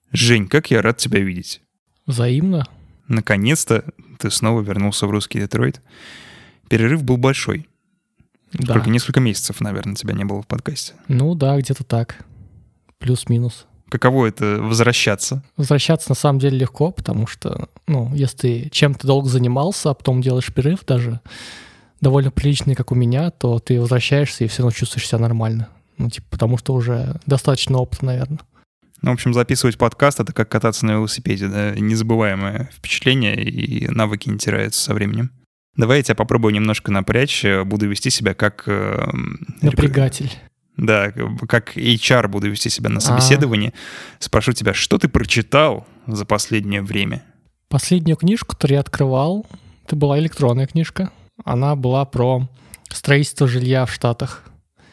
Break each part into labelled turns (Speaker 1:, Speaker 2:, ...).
Speaker 1: Жень, как я рад тебя видеть.
Speaker 2: Взаимно.
Speaker 1: Наконец-то ты снова вернулся в русский Детройт. Перерыв был большой.
Speaker 2: Да.
Speaker 1: Сколько? Несколько месяцев, наверное, тебя не было в подкасте.
Speaker 2: Ну да, где-то так. Плюс-минус.
Speaker 1: Каково это возвращаться?
Speaker 2: Возвращаться на самом деле легко, потому что, если ты чем-то долго занимался, а потом делаешь перерыв даже довольно приличный, как у меня, то ты возвращаешься и все равно чувствуешь себя нормально. Потому что уже достаточно опыта, наверное.
Speaker 1: В общем, записывать подкаст — это как кататься на велосипеде, да? Незабываемое впечатление, и навыки не теряются со временем. Давай я тебя попробую немножко напрячь, буду вести себя как...
Speaker 2: Напрягатель.
Speaker 1: Да, как HR буду вести себя на собеседовании. Спрошу тебя, что ты прочитал за последнее время?
Speaker 2: Последнюю книжку, которую я открывал, это была электронная книжка. Она была про строительство жилья в Штатах.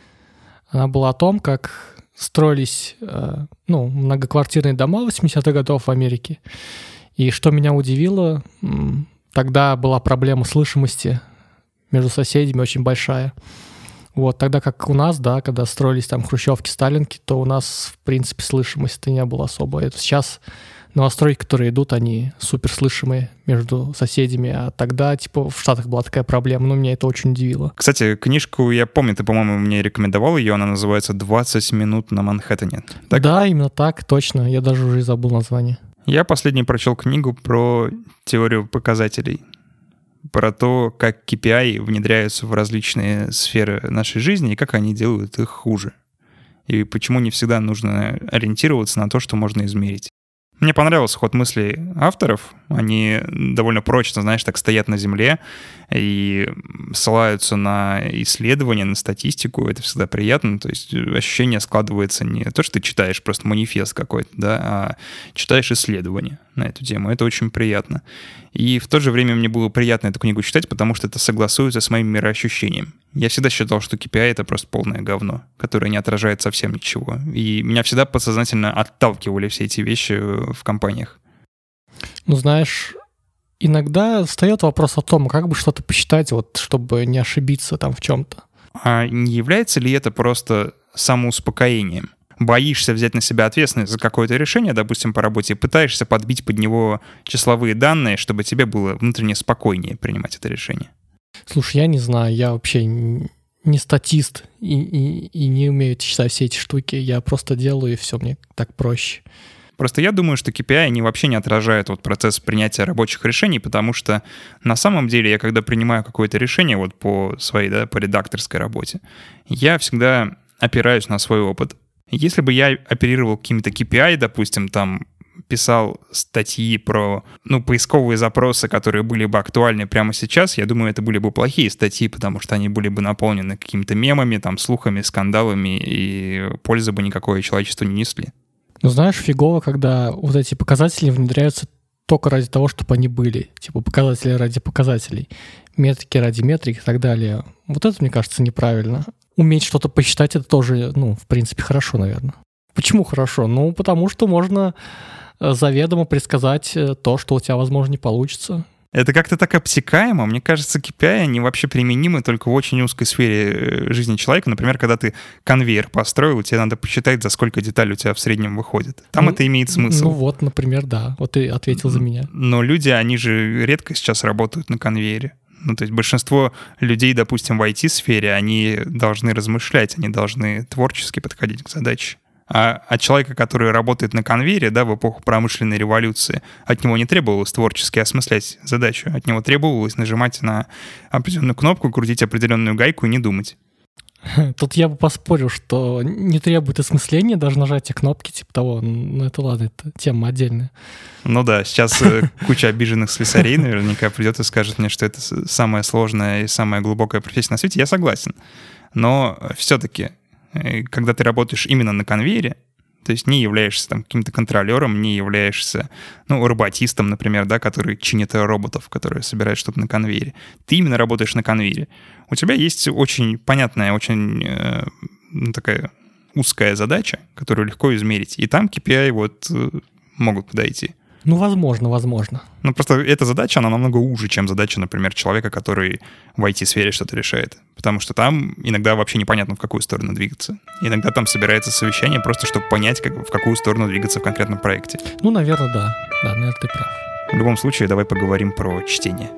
Speaker 2: Она была о том, как строились многоквартирные дома 80-х годов в Америке. И что меня удивило, тогда была проблема слышимости между соседями очень большая. Тогда как у нас, да, когда строились там хрущевки, сталинки, то у нас, в принципе, слышимости не было особо. Это сейчас новостройки, которые идут, они супер слышимые между соседями, а тогда, в Штатах была такая проблема, меня это очень удивило.
Speaker 1: Кстати, книжку, я помню, ты, по-моему, мне рекомендовал ее, она называется «20 минут на Манхэттене». Так?
Speaker 2: Да, именно так, точно, я даже уже и забыл название.
Speaker 1: Я последний прочел книгу про теорию показателей, про то, как KPI внедряются в различные сферы нашей жизни и как они делают их хуже. И почему не всегда нужно ориентироваться на то, что можно измерить. Мне понравился ход мыслей авторов. Они довольно прочно, так стоят на земле и ссылаются на исследования, на статистику. Это всегда приятно. То есть ощущение складывается не то, что ты читаешь просто манифест какой-то, да, а читаешь исследования на эту тему. Это очень приятно. И в то же время мне было приятно эту книгу читать, потому что это согласуется с моим мироощущением. Я всегда считал, что KPI — это просто полное говно, которое не отражает совсем ничего. И меня всегда подсознательно отталкивали все эти вещи в компаниях.
Speaker 2: Иногда встает вопрос о том, как бы что-то посчитать, чтобы не ошибиться там в чем-то.
Speaker 1: А не является ли это просто самоуспокоением? Боишься взять на себя ответственность за какое-то решение, допустим, по работе, и пытаешься подбить под него числовые данные, чтобы тебе было внутренне спокойнее принимать это решение.
Speaker 2: Слушай, я не знаю, я вообще не статист и не умею считать все эти штуки. Я просто делаю, и все, мне так проще.
Speaker 1: Просто я думаю, что KPI, они вообще не отражают процесс принятия рабочих решений, потому что на самом деле я, когда принимаю какое-то решение по своей, по редакторской работе, я всегда опираюсь на свой опыт. Если бы я оперировал какими-то KPI, допустим, там писал статьи про поисковые запросы, которые были бы актуальны прямо сейчас, я думаю, это были бы плохие статьи, потому что они были бы наполнены какими-то мемами, слухами, скандалами, и пользы бы никакое человечеству не несли.
Speaker 2: Фигово, когда эти показатели внедряются только ради того, чтобы они были. Показатели ради показателей, метрики ради метрик и так далее. Это, мне кажется, неправильно. Уметь что-то посчитать — это тоже, в принципе, хорошо, наверное. Почему хорошо? Потому что можно заведомо предсказать то, что у тебя, возможно, не получится.
Speaker 1: Это как-то так обтекаемо. Мне кажется, KPI, они вообще применимы только в очень узкой сфере жизни человека. Например, когда ты конвейер построил, тебе надо посчитать, за сколько деталей у тебя в среднем выходит. Там это имеет смысл.
Speaker 2: Например, да. Ты ответил за меня.
Speaker 1: Но люди, они же редко сейчас работают на конвейере. То есть большинство людей, допустим, в IT-сфере, они должны размышлять, они должны творчески подходить к задаче. А от человека, который работает на конвейере, в эпоху промышленной революции, от него не требовалось творчески осмыслять задачу. От него требовалось нажимать на определенную кнопку, крутить определенную гайку и не думать.
Speaker 2: Тут я бы поспорил, что не требует осмысления даже нажатия кнопки, того. Это ладно, это тема отдельная.
Speaker 1: Да, сейчас куча обиженных слесарей наверняка придет и скажет мне, что это самая сложная и самая глубокая профессия на свете. Я согласен. Но все-таки, когда ты работаешь именно на конвейере, то есть не являешься каким-то контролером, не являешься, роботистом, например, который чинит роботов, которые собирают что-то на конвейере. Ты именно работаешь на конвейере. У тебя есть очень понятная, очень такая узкая задача, которую легко измерить. И там KPI могут подойти.
Speaker 2: Ну, возможно.
Speaker 1: Ну, просто эта задача, она намного уже, чем задача, например, человека, который в IT-сфере что-то решает. Потому что там иногда вообще непонятно, в какую сторону двигаться. Иногда там собирается совещание просто, чтобы понять, в какую сторону двигаться в конкретном проекте.
Speaker 2: Ну, наверное, да. Да, наверное, ты прав.
Speaker 1: В любом случае, давай поговорим про чтение.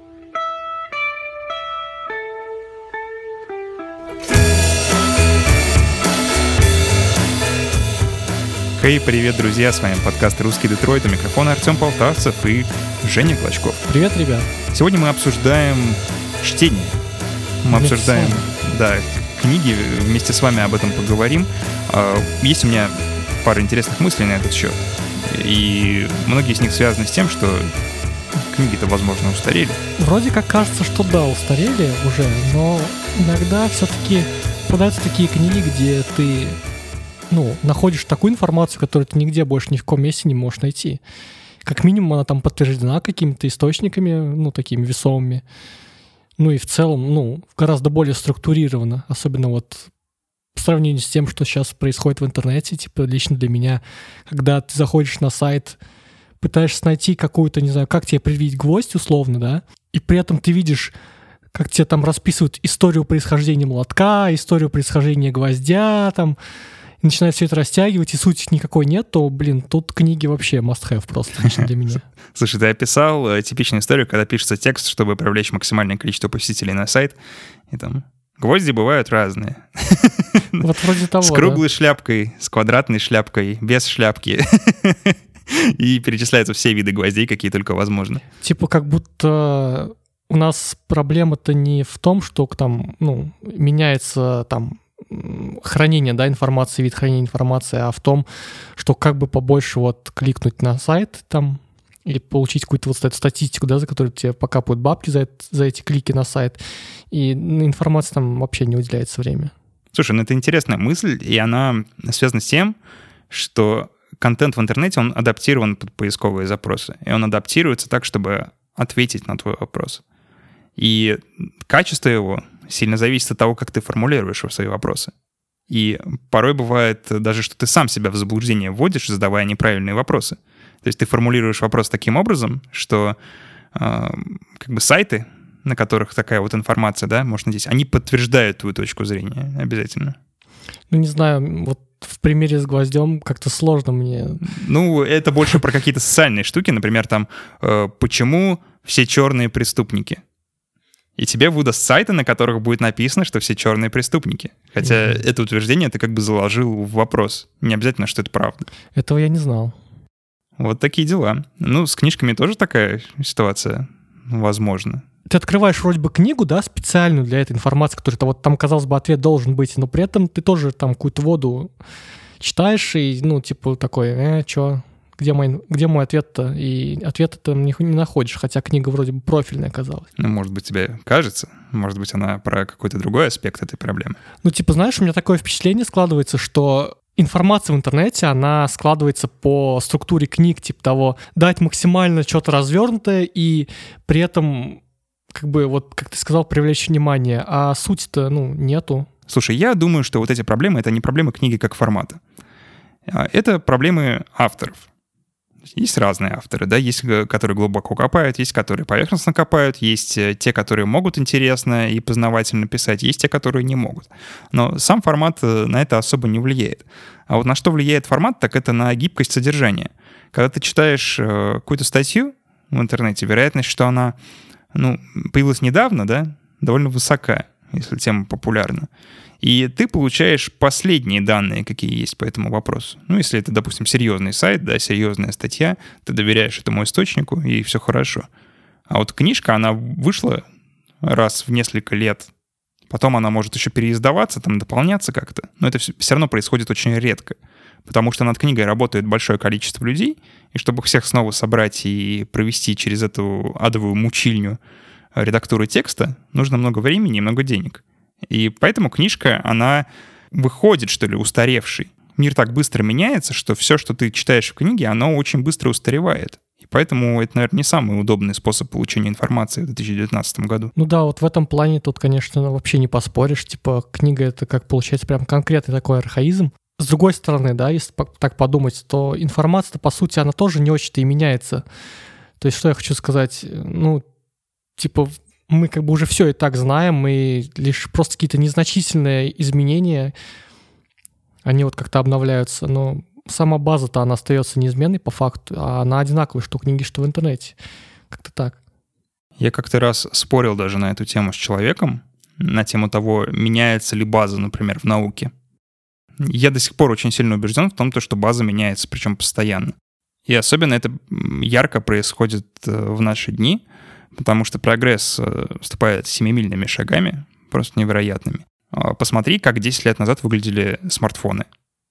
Speaker 1: Хей, привет, друзья! С вами подкаст «Русский Детройт». У микрофона Артем Полтавцев и Женя Клочков.
Speaker 2: Привет, ребят!
Speaker 1: Сегодня мы обсуждаем чтение. Мы обсуждаем, книги. Вместе с вами об этом поговорим. Есть у меня пара интересных мыслей на этот счет. И многие из них связаны с тем, что книги-то, возможно, устарели.
Speaker 2: Вроде как кажется, что да, устарели уже, но иногда все-таки попадаются такие книги, где ты находишь такую информацию, которую ты нигде больше ни в каком месте не можешь найти. Как минимум, она там подтверждена какими-то источниками, такими весомыми. Ну и в целом, гораздо более структурирована. Особенно вот по сравнению с тем, что сейчас происходит в интернете. Типа лично для меня, когда ты заходишь на сайт, пытаешься найти какую-то, не знаю, как тебе привить гвоздь условно, да, и при этом ты видишь, как тебе там расписывают историю происхождения молотка, историю происхождения гвоздя, там, и начинает все это растягивать, и сути никакой нет, то, тут книги вообще must-have просто лично для меня.
Speaker 1: Слушай, ты описал типичную историю, когда пишется текст, чтобы привлечь максимальное количество посетителей на сайт, и там гвозди бывают разные.
Speaker 2: Вот вроде того,
Speaker 1: с круглой шляпкой, с квадратной шляпкой, без шляпки. И перечисляются все виды гвоздей, какие только возможно.
Speaker 2: Типа как будто у нас проблема-то не в том, что там, меняется там хранение, информации, вид хранения информации, а в том, что как бы побольше кликнуть на сайт там и получить какую-то эту статистику, за которую тебе покапают бабки за эти клики на сайт, и на информации там вообще не уделяется время.
Speaker 1: Слушай, это интересная мысль, и она связана с тем, что контент в интернете, он адаптирован под поисковые запросы, и он адаптируется так, чтобы ответить на твой вопрос. И качество его сильно зависит от того, как ты формулируешь свои вопросы. И порой бывает даже, что ты сам себя в заблуждение вводишь, задавая неправильные вопросы. То есть ты формулируешь вопрос таким образом, что сайты, на которых такая информация, можно здесь, они подтверждают твою точку зрения обязательно.
Speaker 2: Не знаю, в примере с гвоздем как-то сложно мне.
Speaker 1: Это больше про какие-то социальные штуки, например, там, почему все черные преступники? И тебе выдаст сайты, на которых будет написано, что все черные преступники. Хотя это утверждение ты как бы заложил в вопрос. Не обязательно, что это правда.
Speaker 2: Этого я не знал.
Speaker 1: Вот такие дела. С книжками тоже такая ситуация возможна.
Speaker 2: Ты открываешь вроде бы книгу, специальную для этой информации, которая там, казалось бы, ответ должен быть, но при этом ты тоже там какую-то воду читаешь и, такой, чё? Где мой ответ-то? И ответа ты не находишь, хотя книга вроде бы профильная оказалась.
Speaker 1: Может быть, тебе кажется. Может быть, она про какой-то другой аспект этой проблемы.
Speaker 2: Знаешь, у меня такое впечатление складывается, что информация в интернете, она складывается по структуре книг, типа того, дать максимально что-то развернутое и при этом, как ты сказал, привлечь внимание, а сути-то, нету.
Speaker 1: Слушай, я думаю, что эти проблемы — это не проблемы книги как формата. Это проблемы авторов. Есть разные авторы, есть, которые глубоко копают, есть, которые поверхностно копают, есть те, которые могут интересно и познавательно писать, есть те, которые не могут. Но сам формат на это особо не влияет. А на что влияет формат, так это на гибкость содержания. Когда ты читаешь какую-то статью в интернете, вероятность, что она появилась недавно, довольно высока, если тема популярна. И ты получаешь последние данные, какие есть по этому вопросу. Если это, допустим, серьезный сайт, серьезная статья, ты доверяешь этому источнику, и все хорошо. А книжка, она вышла раз в несколько лет. Потом она может еще переиздаваться, дополняться как-то. Но это все равно происходит очень редко. Потому что над книгой работает большое количество людей, и чтобы всех снова собрать и провести через эту адовую мучильню редактуры текста, нужно много времени и много денег. И поэтому книжка, она выходит, устаревшей. Мир так быстро меняется, что все, что ты читаешь в книге, оно очень быстро устаревает. И поэтому это, наверное, не самый удобный способ получения информации в 2019 году.
Speaker 2: В этом плане тут, конечно, вообще не поспоришь. Книга — это, как получается, прям конкретный такой архаизм. с другой стороны, да, если так подумать, то информация, по сути, она тоже не очень-то и меняется. То есть, что я хочу сказать? Ну, типа, мы как бы уже все и так знаем, и лишь просто какие-то незначительные изменения, они вот как-то обновляются, но сама база-то, она остается неизменной по факту, а она одинаковая, что в книге, что в интернете. Как-то так.
Speaker 1: Я как-то раз спорил даже на эту тему с человеком, на тему того, меняется ли база, например, в науке. Я до сих пор очень сильно убежден в том, что база меняется, причем постоянно. И особенно это ярко происходит в наши дни, потому что прогресс вступает семимильными шагами, просто невероятными. Посмотри, как 10 лет назад выглядели смартфоны.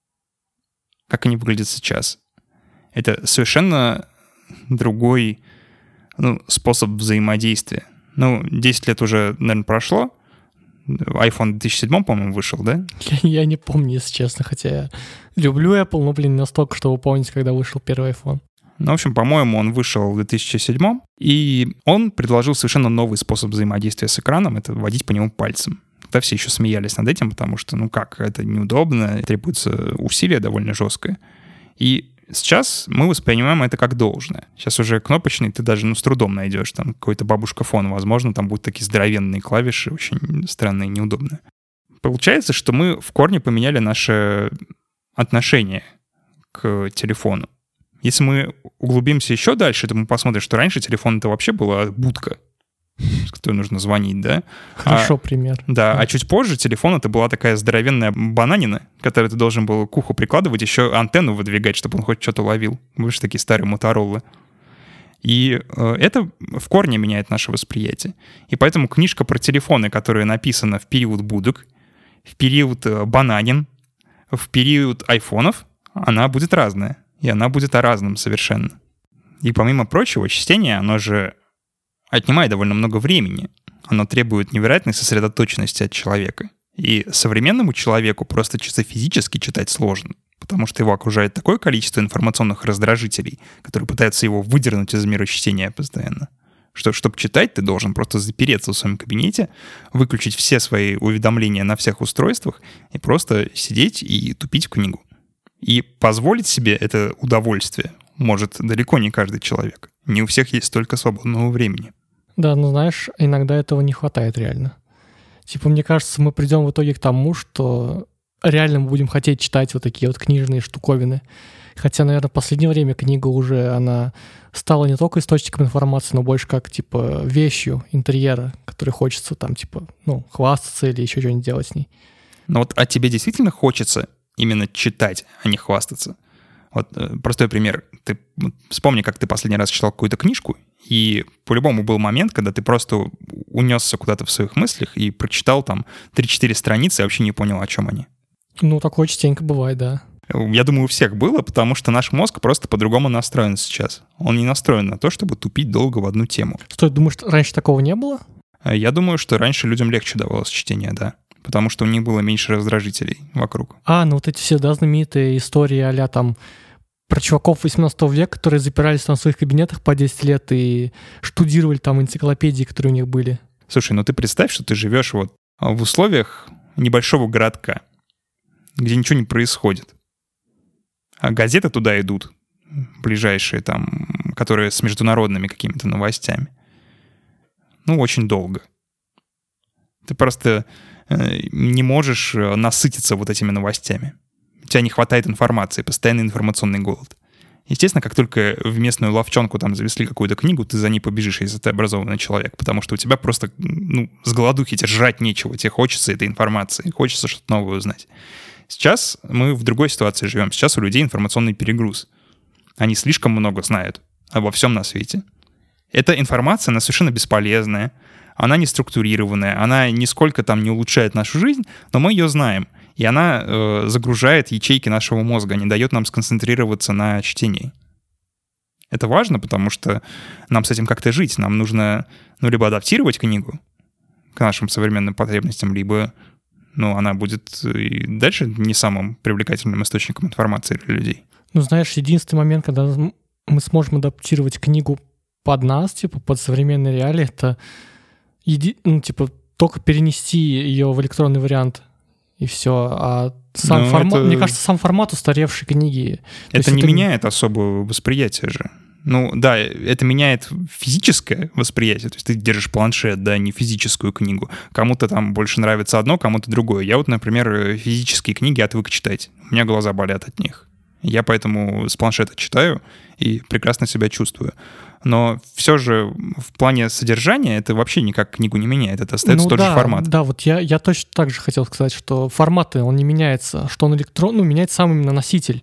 Speaker 1: Как они выглядят сейчас. Это совершенно другой способ взаимодействия. 10 лет уже, наверное, прошло. iPhone в 2007, по-моему, вышел, да?
Speaker 2: Я не помню, если честно, хотя я люблю Apple, но, не настолько, чтобы помнить, когда вышел первый iPhone.
Speaker 1: В общем, по-моему, он вышел в 2007, и он предложил совершенно новый способ взаимодействия с экраном — это водить по нему пальцем. Тогда все еще смеялись над этим, потому что, это неудобно, требуется усилие довольно жесткое. И сейчас мы воспринимаем это как должное. Сейчас уже кнопочный ты даже с трудом найдешь. Там какой-то бабушка-фон, возможно, там будут такие здоровенные клавиши, очень странные и неудобные. Получается, что мы в корне поменяли наше отношение к телефону. Если мы углубимся еще дальше, то мы посмотрим, что раньше телефон — это вообще была будка, с которой нужно звонить, да?
Speaker 2: Хорошо, пример.
Speaker 1: Да, а чуть позже телефон — это была такая здоровенная бананина, которую ты должен был к уху прикладывать, еще антенну выдвигать, чтобы он хоть что-то ловил. Видишь, такие старые Мотороллы. И это в корне меняет наше восприятие. И поэтому книжка про телефоны, которая написана в период будок, в период бананин, в период айфонов, она будет разная. И она будет о разном совершенно. И помимо прочего, чтение, оно же отнимает довольно много времени. Оно требует невероятной сосредоточенности от человека. И современному человеку просто чисто физически читать сложно, потому что его окружает такое количество информационных раздражителей, которые пытаются его выдернуть из мира чтения постоянно, что, чтобы читать, ты должен просто запереться в своем кабинете, выключить все свои уведомления на всех устройствах и просто сидеть и тупить в книгу. И позволить себе это удовольствие может далеко не каждый человек. Не у всех есть столько свободного времени.
Speaker 2: Да, знаешь, иногда этого не хватает реально. Мне кажется, мы придем в итоге к тому, что реально мы будем хотеть читать вот такие вот книжные штуковины. Хотя, наверное, в последнее время книга уже, она стала не только источником информации, но больше как, вещью интерьера, которой хочется хвастаться или еще что-нибудь делать с ней.
Speaker 1: А тебе действительно хочется именно читать, а не хвастаться? Простой пример. Ты вспомни, как ты последний раз читал какую-то книжку, и по-любому был момент, когда ты просто унесся куда-то в своих мыслях и прочитал там 3-4 страницы и вообще не понял, о чем они.
Speaker 2: Такое частенько бывает, да.
Speaker 1: Я думаю, у всех было, потому что наш мозг просто по-другому настроен сейчас. Он не настроен на то, чтобы тупить долго в одну тему.
Speaker 2: Стой, думаешь, раньше такого не было?
Speaker 1: Я думаю, что раньше людям легче давалось чтение, да. Потому что у них было меньше раздражителей вокруг.
Speaker 2: Эти все, знаменитые истории а-ля там про чуваков 18 века, которые запирались в своих кабинетах по 10 лет и штудировали там энциклопедии, которые у них были.
Speaker 1: Слушай, ты представь, что ты живешь в условиях небольшого городка, где ничего не происходит. А газеты туда идут, ближайшие там, которые с международными какими-то новостями. Очень долго. Ты просто не можешь насытиться вот этими новостями. У тебя не хватает информации, постоянный информационный голод. Естественно, как только в местную лавчонку там завезли какую-то книгу, ты за ней побежишь, если ты образованный человек, потому что у тебя просто с голодухи тебе жрать нечего, тебе хочется этой информации, хочется что-то новое узнать. Сейчас мы в другой ситуации живем. Сейчас у людей информационный перегруз. Они слишком много знают обо всем на свете. Эта информация, она совершенно бесполезная, она не структурированная, она нисколько там не улучшает нашу жизнь, но мы ее знаем. И она загружает ячейки нашего мозга, не дает нам сконцентрироваться на чтении. Это важно, потому что нам с этим как-то жить. Нам нужно либо адаптировать книгу к нашим современным потребностям, либо она будет и дальше не самым привлекательным источником информации для людей.
Speaker 2: Знаешь, единственный момент, когда мы сможем адаптировать книгу под нас, под современные реалии, это только перенести ее в электронный вариант и все. А сам формат, мне кажется, сам формат устаревшей книги.
Speaker 1: Это не меняет особо восприятие же. Ну да, это меняет физическое восприятие. То есть ты держишь планшет, да, не физическую книгу. Кому-то там больше нравится одно, кому-то другое. Я вот, например, физические книги отвык читать. У меня глаза болят от них. Я поэтому с планшета читаю и прекрасно себя чувствую. Но все же в плане содержания это вообще никак книгу не меняет. Это остается тот же формат.
Speaker 2: Да, вот я точно так же хотел сказать, что формат он не меняется, что он меняется сам именно носитель.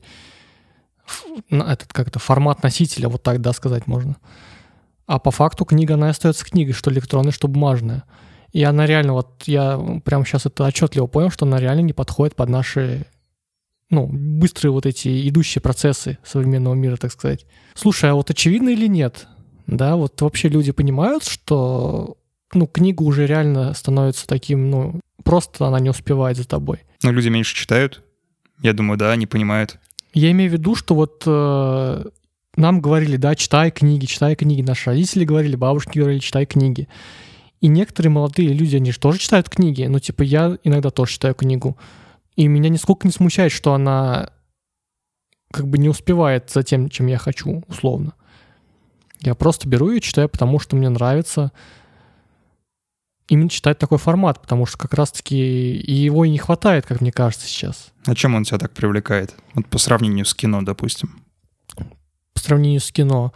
Speaker 2: Этот как-то формат носителя, вот так, да, сказать можно. А по факту книга, она остается книгой, что электронная, что бумажная. И она реально, вот я прямо сейчас это отчетливо понял, что она реально не подходит под наши, быстрые вот эти идущие процессы современного мира, так сказать. Слушай, а вот очевидно или нет? Да, вот вообще люди понимают, что, книга уже реально становится таким, просто она не успевает за тобой.
Speaker 1: Но люди меньше читают. Я думаю, да, они понимают.
Speaker 2: Я имею в виду, что вот нам говорили, да, читай книги. Наши родители говорили, бабушки говорили, читай книги. И некоторые молодые люди, они же тоже читают книги. Я иногда тоже читаю книгу. И меня нисколько не смущает, что она как бы не успевает за тем, чем я хочу, условно. Я просто беру ее, читаю, потому что мне нравится именно читать такой формат, потому что как раз-таки и его и не хватает, как мне кажется, сейчас.
Speaker 1: А чем он тебя так привлекает? Вот по сравнению с кино, допустим.
Speaker 2: По сравнению с кино?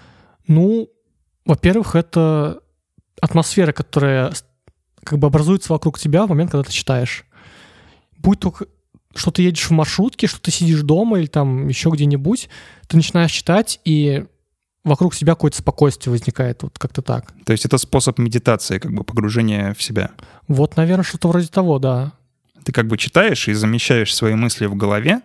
Speaker 2: Во-первых, это атмосфера, которая как бы образуется вокруг тебя в момент, когда ты читаешь. Будь то, что ты едешь в маршрутке, что ты сидишь дома или там еще где-нибудь, ты начинаешь читать, и вокруг себя какое-то спокойствие возникает, вот как-то так.
Speaker 1: То есть это способ медитации, как бы погружения в себя.
Speaker 2: Вот, наверное, что-то вроде того, да.
Speaker 1: Ты как бы читаешь и замещаешь свои мысли в голове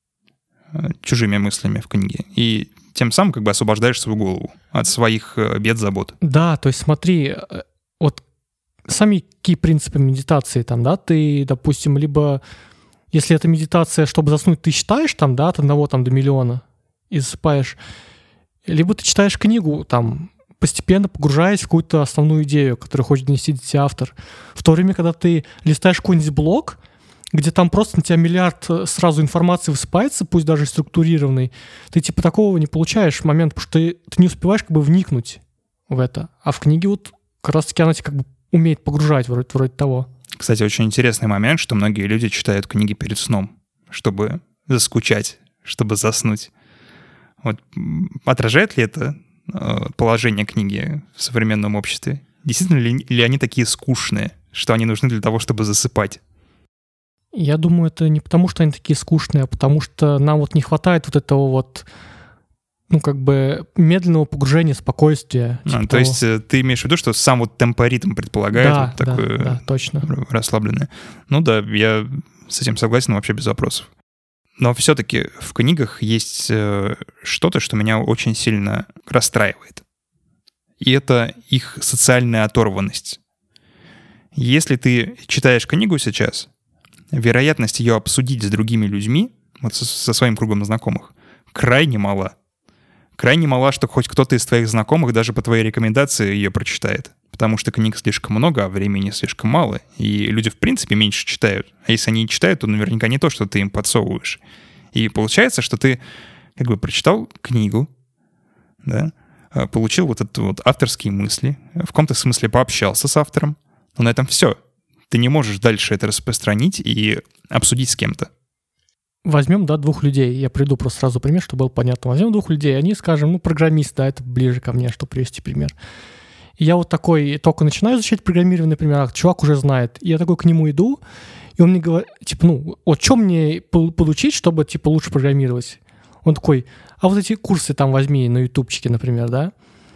Speaker 1: чужими мыслями в книге, и тем самым как бы освобождаешь свою голову от своих бед, забот.
Speaker 2: Да, то есть смотри, вот сами какие принципы медитации там, да, ты, допустим, либо, если это медитация, чтобы заснуть, ты считаешь там, да, от 1 там, до миллиона и засыпаешь, либо ты читаешь книгу, там, постепенно погружаясь в какую-то основную идею, которую хочет донести тебе автор. В то время, когда ты листаешь какой-нибудь блог, где там просто на тебя миллиард сразу информации высыпается, пусть даже структурированный, ты типа такого не получаешь в момент, потому что ты не успеваешь как бы вникнуть в это. А в книге вот как раз-таки она тебя как бы умеет погружать вроде того.
Speaker 1: Кстати, очень интересный момент, что многие люди читают книги перед сном, чтобы заскучать, чтобы заснуть. Вот отражает ли это положение книги в современном обществе? Действительно ли они такие скучные, что они нужны для того, чтобы засыпать?
Speaker 2: Я думаю, это не потому, что они такие скучные, а потому что нам вот не хватает вот этого вот, как бы медленного погружения, спокойствия.
Speaker 1: То есть ты имеешь в виду, что сам вот темпоритм предполагает вот такое
Speaker 2: да, точно.
Speaker 1: расслабленное? Ну да, я с этим согласен вообще без вопросов. Но все-таки в книгах есть что-то, что меня очень сильно расстраивает. И это их социальная оторванность. Если ты читаешь книгу сейчас, вероятность ее обсудить с другими людьми, вот со своим кругом знакомых, крайне мала. Крайне мала, что хоть кто-то из твоих знакомых даже по твоей рекомендации ее прочитает. Потому что книг слишком много, а времени слишком мало. И люди, в принципе, меньше читают. А если они не читают, то наверняка не то, что ты им подсовываешь. И получается, что ты как бы прочитал книгу, да, получил вот это вот авторские мысли, в каком-то смысле пообщался с автором, но на этом все. Ты не можешь дальше это распространить и обсудить с кем-то.
Speaker 2: Возьмем, да, 2 людей. Я приведу просто сразу пример, чтобы было понятно. Возьмем 2 людей, они, скажем, программист, да, это ближе ко мне, чтобы привести пример. И я вот такой только начинаю изучать программирование, например, а чувак уже знает. И я такой к нему иду, и он мне говорит, типа, вот что мне получить, чтобы, типа, лучше программировать? Он такой, а вот эти курсы там возьми на ютубчике, например, да?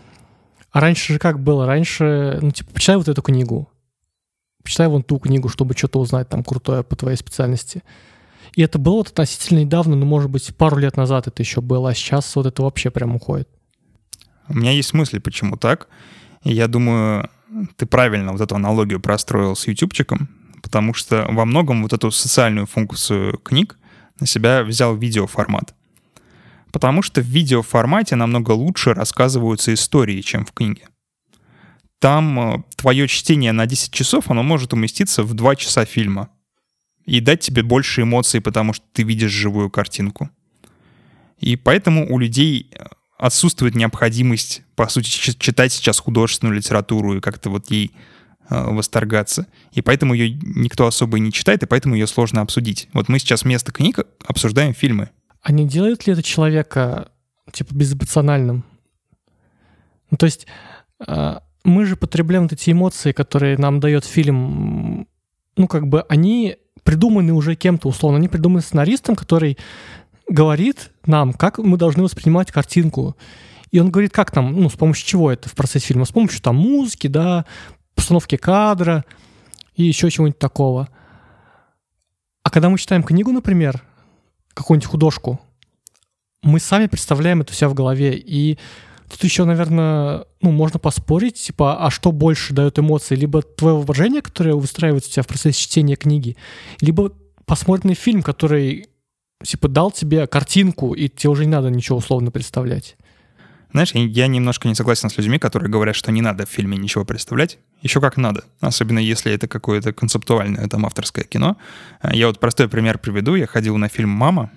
Speaker 2: А раньше же как было? Раньше, почитай вот эту книгу. Почитай вон ту книгу, чтобы что-то узнать там крутое по твоей специальности. И это было вот относительно недавно, может быть, пару лет назад это еще было, а сейчас вот это вообще прям уходит.
Speaker 1: У меня есть мысли, почему так. И я думаю, ты правильно вот эту аналогию простроил с ютубчиком, потому что во многом вот эту социальную функцию книг на себя взял видеоформат. Потому что в видеоформате намного лучше рассказываются истории, чем в книге. Там твое чтение на 10 часов, оно может уместиться в 2 часа фильма. и дать тебе больше эмоций, потому что ты видишь живую картинку. И поэтому у людей отсутствует необходимость, по сути, читать сейчас художественную литературу и как-то вот ей восторгаться. И поэтому ее никто особо и не читает, и поэтому ее сложно обсудить. Вот мы сейчас вместо книг обсуждаем фильмы.
Speaker 2: А не делает ли это человека, типа, безэмоциональным? Ну, то есть мы же потребляем вот эти эмоции, которые нам дает фильм, ну, как бы они придуманы уже кем-то, условно. Они придуманы сценаристом, который говорит нам, как мы должны воспринимать картинку. И он говорит, как там, ну, с помощью чего это в процессе фильма? С помощью там музыки, да, постановки кадра и еще чего-нибудь такого. А когда мы читаем книгу, например, какую-нибудь художку, мы сами представляем это у себя в голове. И тут еще, наверное, ну, можно поспорить, типа, а что больше дает эмоции? Либо твое воображение, которое выстраивается у тебя в процессе чтения книги, либо посмотренный фильм, который, типа, дал тебе картинку, и тебе уже не надо ничего условно представлять.
Speaker 1: Знаешь, я немножко не согласен с людьми, которые говорят, что не надо в фильме ничего представлять. Еще как надо. Особенно если это какое-то концептуальное, там, авторское кино. Я вот простой пример приведу. Я ходил на фильм «Мама».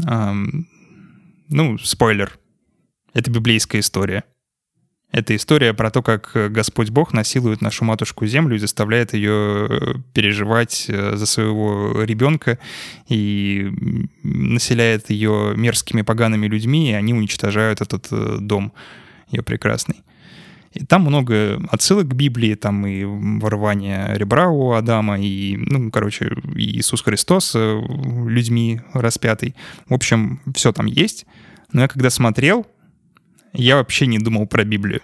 Speaker 1: Ну, спойлер. Это библейская история. Это история про то, как Господь Бог насилует нашу матушку Землю и заставляет ее переживать за своего ребенка и населяет ее мерзкими погаными людьми, и они уничтожают этот дом ее прекрасный. И там много отсылок к Библии, там и вырывание ребра у Адама, и, ну, короче, и Иисус Христос людьми распятый. В общем, все там есть. Но я когда смотрел, я вообще не думал про Библию.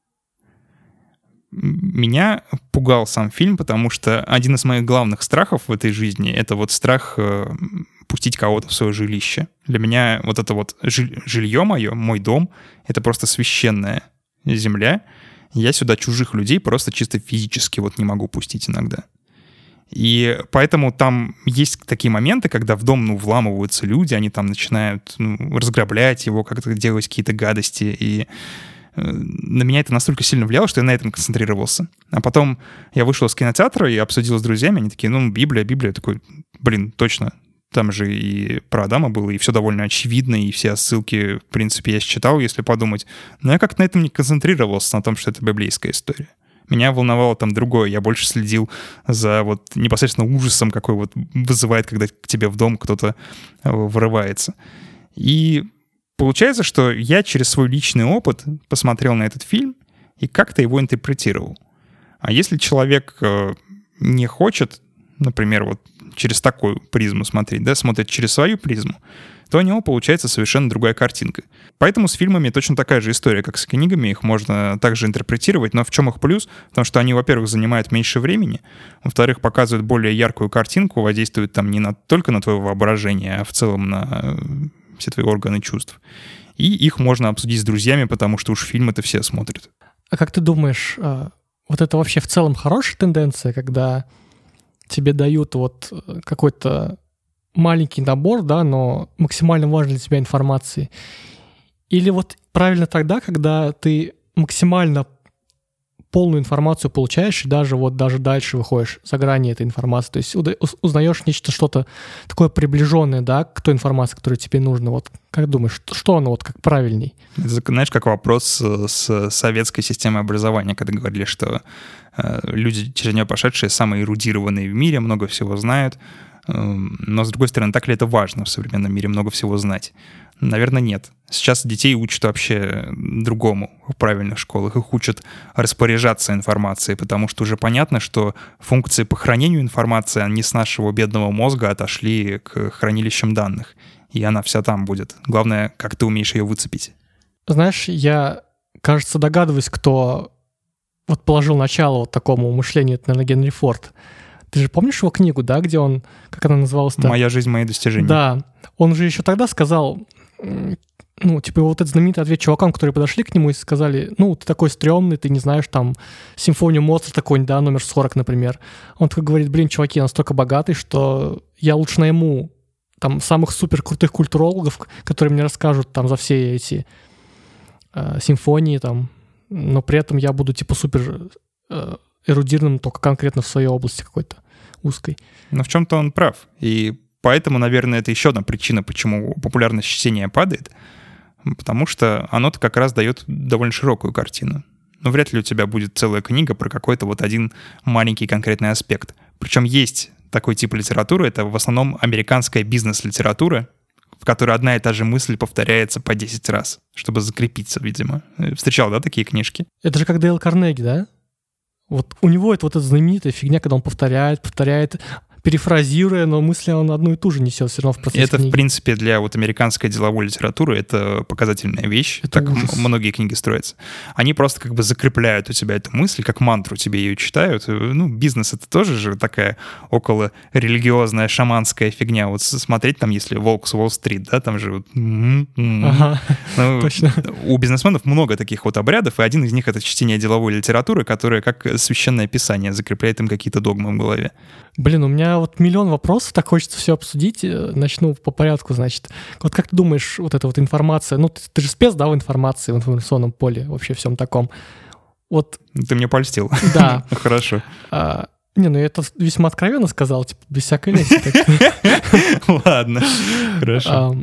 Speaker 1: Меня пугал сам фильм, потому что один из моих главных страхов в этой жизни — это вот страх пустить кого-то в свое жилище. Для меня вот это вот жилье мое, мой дом — это просто священная земля. Я сюда чужих людей просто чисто физически вот не могу пустить иногда. И поэтому там есть такие моменты, когда в дом, ну, вламываются люди, они там начинают, ну, разграблять его, как-то делать какие-то гадости. И на меня это настолько сильно влияло, что я на этом концентрировался. А потом я вышел из кинотеатра и обсудил с друзьями, они такие, ну, Библия. Я такой, блин, точно. Там же и про Адама было, и все довольно очевидно, и все ссылки, в принципе, я считал, если подумать. Но я как-то на этом не концентрировался, на том, что это библейская история. Меня волновало там другое. Я больше следил за вот непосредственно ужасом, какой вот вызывает, когда к тебе в дом кто-то врывается. И получается, что я через свой личный опыт посмотрел на этот фильм и как-то его интерпретировал. А если человек не хочет, например, вот через такую призму смотреть, да, смотрит через свою призму, то у него получается совершенно другая картинка. Поэтому с фильмами точно такая же история, как с книгами. Их можно также интерпретировать, но в чем их плюс? Потому что они, во-первых, занимают меньше времени, во-вторых, показывают более яркую картинку, воздействуют там не только на твое воображение, а в целом на все твои органы чувств. И их можно обсудить с друзьями, потому что уж фильмы-то все смотрят.
Speaker 2: А как ты думаешь, вот это вообще в целом хорошая тенденция, когда тебе дают вот какой-то маленький набор, да, но максимально важной для тебя информации? Или вот правильно тогда, когда ты максимально полную информацию получаешь и даже дальше выходишь за грани этой информации, то есть узнаешь что-то такое приближенное, да, к той информации, которая тебе нужна. Вот как думаешь, что оно вот как правильней?
Speaker 1: Это, знаешь, как вопрос с советской системой образования, когда говорили, что люди, через нее пошедшие, самые эрудированные в мире, много всего знают. Но, с другой стороны, так ли это важно в современном мире много всего знать? Наверное, нет. Сейчас детей учат вообще другому в правильных школах. Их учат распоряжаться информацией, потому что уже понятно, что функции по хранению информации, они с нашего бедного мозга отошли к хранилищам данных. И она вся там будет. Главное, как ты умеешь ее выцепить.
Speaker 2: Знаешь, я, кажется, догадываюсь, кто вот положил начало вот такому мышлению. Это, наверное, Генри Форд. Ты же помнишь его книгу, да, где он, как она называлась-то?
Speaker 1: «Моя жизнь, мои достижения».
Speaker 2: Да. Он же еще тогда сказал, ну, типа, вот этот знаменитый ответ чувакам, которые подошли к нему и сказали, ну, ты такой стрёмный, ты не знаешь, там, симфонию Моцарта какой-нибудь, да, номер 40, например. Он такой говорит, блин, чуваки, я настолько богатый, что я лучше найму там самых супер крутых культурологов, которые мне расскажут там за все эти симфонии, там, но при этом я буду, типа, супер эрудированным только конкретно в своей области какой-то. узкой.
Speaker 1: Но в чем-то он прав. И поэтому, наверное, это еще одна причина, почему популярность чтения падает. Потому что оно-то как раз дает довольно широкую картину. Но вряд ли у тебя будет целая книга про какой-то вот один маленький конкретный аспект. Причем есть такой тип литературы, это в основном американская бизнес-литература, в которой одна и та же мысль повторяется по 10 раз, чтобы закрепиться, видимо. Встречал, да, такие книжки?
Speaker 2: Это же как Дейл Карнеги, да? Вот у него это вот эта знаменитая фигня, когда он повторяет, перефразируя, но мысли он одну и ту же несет все равно в процессе
Speaker 1: Это,
Speaker 2: книги.
Speaker 1: в принципе, для вот американской деловой литературы это показательная вещь.
Speaker 2: Это
Speaker 1: так
Speaker 2: ужас.
Speaker 1: Многие книги строятся. Они просто как бы закрепляют у тебя эту мысль, как мантру тебе ее читают. Ну, бизнес — это тоже же такая около религиозная, шаманская фигня. Вот смотреть там, если «Волк с Уолл-стрит», да, там же вот...
Speaker 2: Ага, точно.
Speaker 1: У бизнесменов много таких вот обрядов, и один из них — это чтение деловой литературы, которая как священное писание закрепляет им какие-то догмы в голове.
Speaker 2: Блин, у меня вот миллион вопросов, так хочется все обсудить. Начну по порядку, значит. Вот как ты думаешь, вот эта вот информация, ну ты же спец, да, в информации, в информационном поле, вообще всем таком. Вот.
Speaker 1: Ты мне польстил.
Speaker 2: Да.
Speaker 1: Хорошо.
Speaker 2: Не, ну я это весьма откровенно сказал, типа, без всякой лести.
Speaker 1: Ладно, хорошо.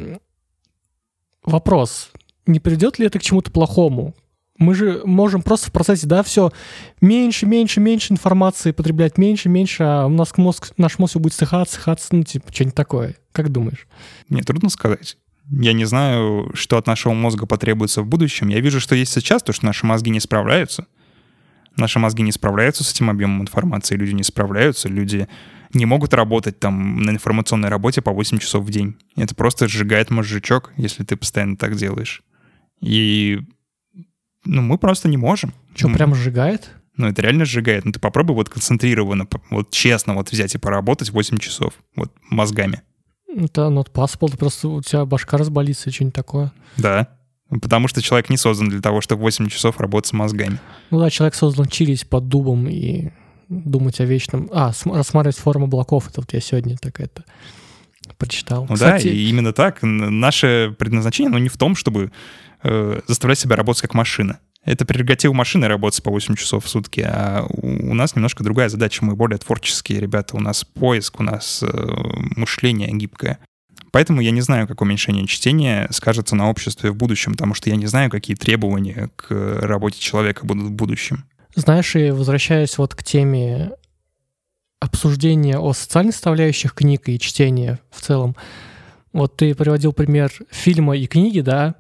Speaker 2: Вопрос. Не приведет ли это к чему-то плохому? Мы же можем просто в процессе, да, все меньше информации потреблять, меньше, а у нас наш мозг будет сыхаться, ну, типа, что-нибудь такое. Как думаешь?
Speaker 1: Мне трудно сказать. Я не знаю, что от нашего мозга потребуется в будущем. Я вижу, что есть сейчас, то, что наши мозги не справляются. Наши мозги не справляются с этим объемом информации, люди не справляются, люди не могут работать там на информационной работе по 8 часов в день. Это просто сжигает мозжечок, если ты постоянно так делаешь. И... Ну, мы просто не можем.
Speaker 2: Что, прям сжигает?
Speaker 1: Ну, это реально сжигает. Ну, ты попробуй вот концентрированно, вот честно вот взять и поработать 8 часов вот мозгами.
Speaker 2: Это not possible, просто у тебя башка разболится и что-нибудь такое.
Speaker 1: Да, потому что человек не создан для того, чтобы 8 часов работать с мозгами.
Speaker 2: Ну да, человек создан чилить под дубом и думать о вечном... рассматривать форму облаков. Это вот я сегодня так это прочитал.
Speaker 1: Ну
Speaker 2: Кстати,
Speaker 1: да, и именно так. Наше предназначение, оно не в том, чтобы заставлять себя работать как машина. Это прерогатива машины работать по 8 часов в сутки, а у нас немножко другая задача. Мы более творческие ребята. У нас поиск, у нас мышление гибкое. Поэтому я не знаю, как уменьшение чтения скажется на обществе в будущем, потому что я не знаю, какие требования к работе человека будут в будущем.
Speaker 2: Знаешь, и возвращаясь вот к теме обсуждения о социальных составляющих книг и чтения в целом, вот ты приводил пример фильма и книги, да.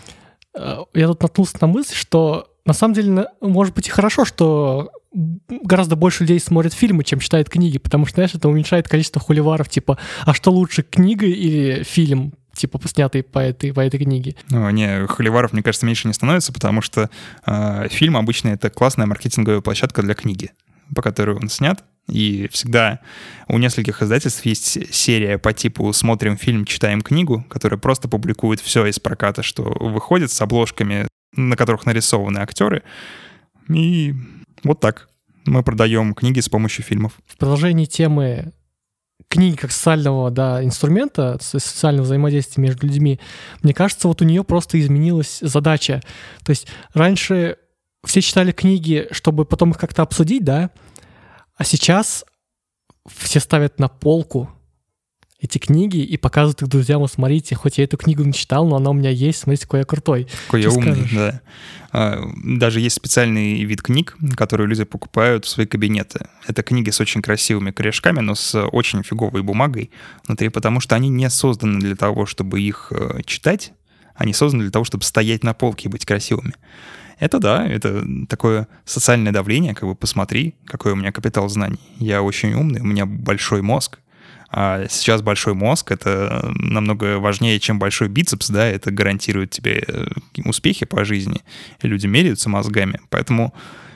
Speaker 2: Я тут наткнулся на мысль, что на самом деле, может быть, и хорошо, что гораздо больше людей смотрят фильмы, чем читают книги, потому что, знаешь, это уменьшает количество холиваров, типа, а что лучше, книга или фильм, типа, снятый по этой книге?
Speaker 1: Ну, не, холиваров, мне кажется, меньше не становится, потому что фильм обычно это классная маркетинговая площадка для книги, по которой он снят. И всегда у нескольких издательств есть серия по типу «Смотрим фильм, читаем книгу», которая просто публикует все из проката, что выходит с обложками, на которых нарисованы актеры. И вот так мы продаем книги с помощью фильмов.
Speaker 2: В продолжении темы книги как социального, да, инструмента, социального взаимодействия между людьми, мне кажется, вот у нее просто изменилась задача. То есть раньше все читали книги, чтобы потом их как-то обсудить, да, а сейчас все ставят на полку эти книги и показывают их друзьям: вот смотрите, хоть я эту книгу не читал, но она у меня есть, смотрите, какой я крутой.
Speaker 1: Какой я умный, да. Даже есть специальный вид книг, которые люди покупают в свои кабинеты. Это книги с очень красивыми корешками, но с очень фиговой бумагой внутри, потому что они не созданы для того, чтобы их читать, они созданы для того, чтобы стоять на полке и быть красивыми. Это да, это такое социальное давление, как бы посмотри, какой у меня капитал знаний. Я очень умный, у меня большой мозг. А сейчас большой мозг — это намного важнее, чем большой бицепс, да, это гарантирует тебе успехи по жизни. И люди меряются мозгами, поэтому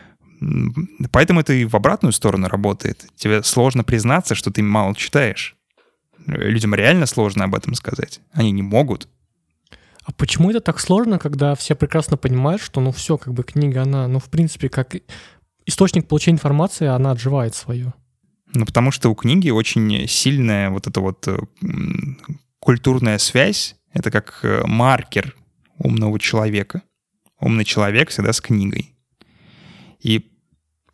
Speaker 1: это и в обратную сторону работает. Тебе сложно признаться, что ты мало читаешь. Людям реально сложно об этом сказать. Они не могут.
Speaker 2: А почему это так сложно, когда все прекрасно понимают, что, ну, все, как бы книга, она, ну, в принципе, как источник получения информации, она отживает свое?
Speaker 1: Ну, потому что у книги очень сильная вот эта вот культурная связь. Это как маркер умного человека. Умный человек всегда с книгой. И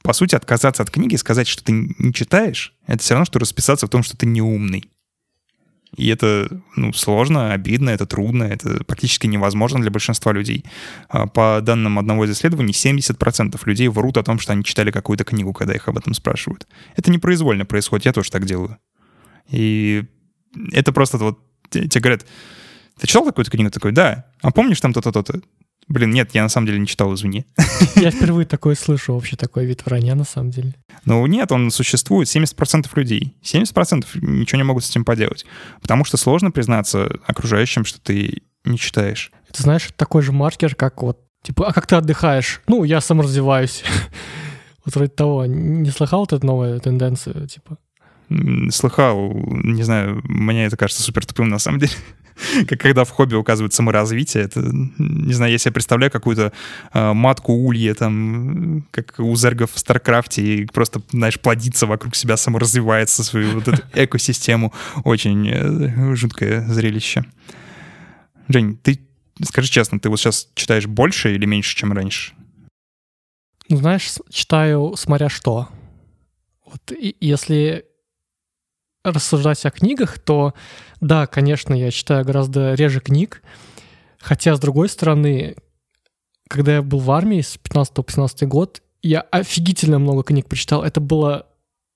Speaker 1: по сути, отказаться от книги и сказать, что ты не читаешь, это все равно, что расписаться в том, что ты не умный. И это сложно, обидно, это трудно, это практически невозможно для большинства людей. По данным одного из исследований, 70% людей врут о том, что они читали какую-то книгу, когда их об этом спрашивают. Это непроизвольно происходит, я тоже так делаю. И это просто вот тебе говорят, ты читал какую-то книгу? Такой, да. А помнишь там то-то, то-то? Блин, нет, я на самом деле не читал, извини.
Speaker 2: Я впервые такое слышу, вообще такой вид вранья на самом деле.
Speaker 1: Ну нет, он существует, 70% людей. 70% ничего не могут с этим поделать. Потому что сложно признаться окружающим, что ты не читаешь.
Speaker 2: Ты знаешь, такой же маркер, как вот, типа, а как ты отдыхаешь? Ну, я саморазвиваюсь. Вот вроде того. Не слыхал вот эту новую тенденцию, типа?
Speaker 1: Слыхал, не знаю, мне это кажется супер тупым на самом деле. Как когда в хобби указывают саморазвитие, это, не знаю, я себе представляю какую-то матку улья, там, как у зергов в Старкрафте, и просто, знаешь, плодится вокруг себя, саморазвивается свою вот эту экосистему. Очень жуткое зрелище. Жень, ты скажи честно, ты вот сейчас читаешь больше или меньше, чем раньше?
Speaker 2: Ну, знаешь, читаю смотря что. Вот если рассуждать о книгах, то да, конечно, я читаю гораздо реже книг, хотя, с другой стороны, когда я был в армии с 15 по 17 год, я офигительно много книг прочитал. Это было